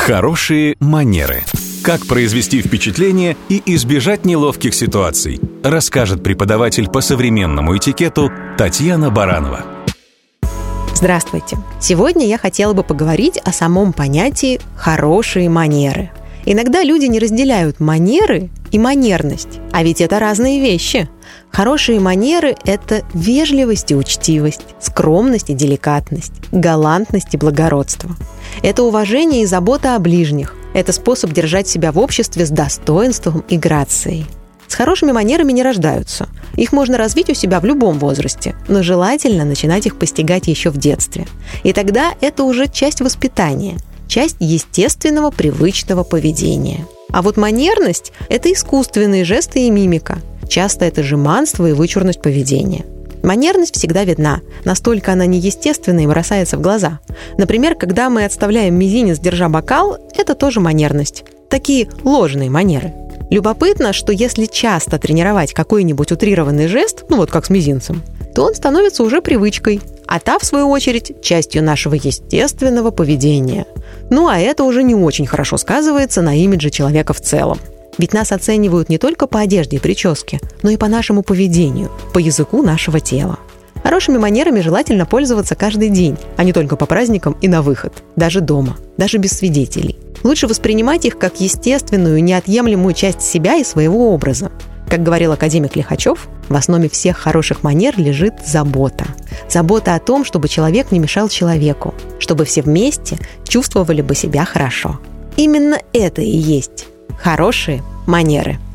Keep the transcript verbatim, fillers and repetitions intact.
Хорошие манеры. Как произвести впечатление и избежать неловких ситуаций, расскажет преподаватель по современному этикету Татьяна Баранова. Здравствуйте! Сегодня я хотела бы поговорить о самом понятии «хорошие манеры». Иногда люди не разделяют манеры и манерность, а ведь это разные вещи. Хорошие манеры – это вежливость и учтивость, скромность и деликатность, галантность и благородство. Это уважение и забота о ближних. Это способ держать себя в обществе с достоинством и грацией. С хорошими манерами не рождаются. Их можно развить у себя в любом возрасте, но желательно начинать их постигать еще в детстве. И тогда это уже часть воспитания, часть естественного, привычного поведения. А вот манерность – это искусственные жесты и мимика. Часто это жеманство и вычурность поведения. Манерность всегда видна, настолько она неестественна и бросается в глаза. Например, когда мы отставляем мизинец, держа бокал, это тоже манерность. Такие ложные манеры. Любопытно, что если часто тренировать какой-нибудь утрированный жест, ну вот как с мизинцем, то он становится уже привычкой, а та, в свою очередь, частью нашего естественного поведения. Ну а это уже не очень хорошо сказывается на имидже человека в целом. Ведь нас оценивают не только по одежде и прическе, но и по нашему поведению, по языку нашего тела. Хорошими манерами желательно пользоваться каждый день, а не только по праздникам и на выход, даже дома, даже без свидетелей. Лучше воспринимать их как естественную, неотъемлемую часть себя и своего образа. Как говорил академик Лихачев, в основе всех хороших манер лежит забота. Забота о том, чтобы человек не мешал человеку, чтобы все вместе чувствовали бы себя хорошо. Именно это и есть хорошие манеры.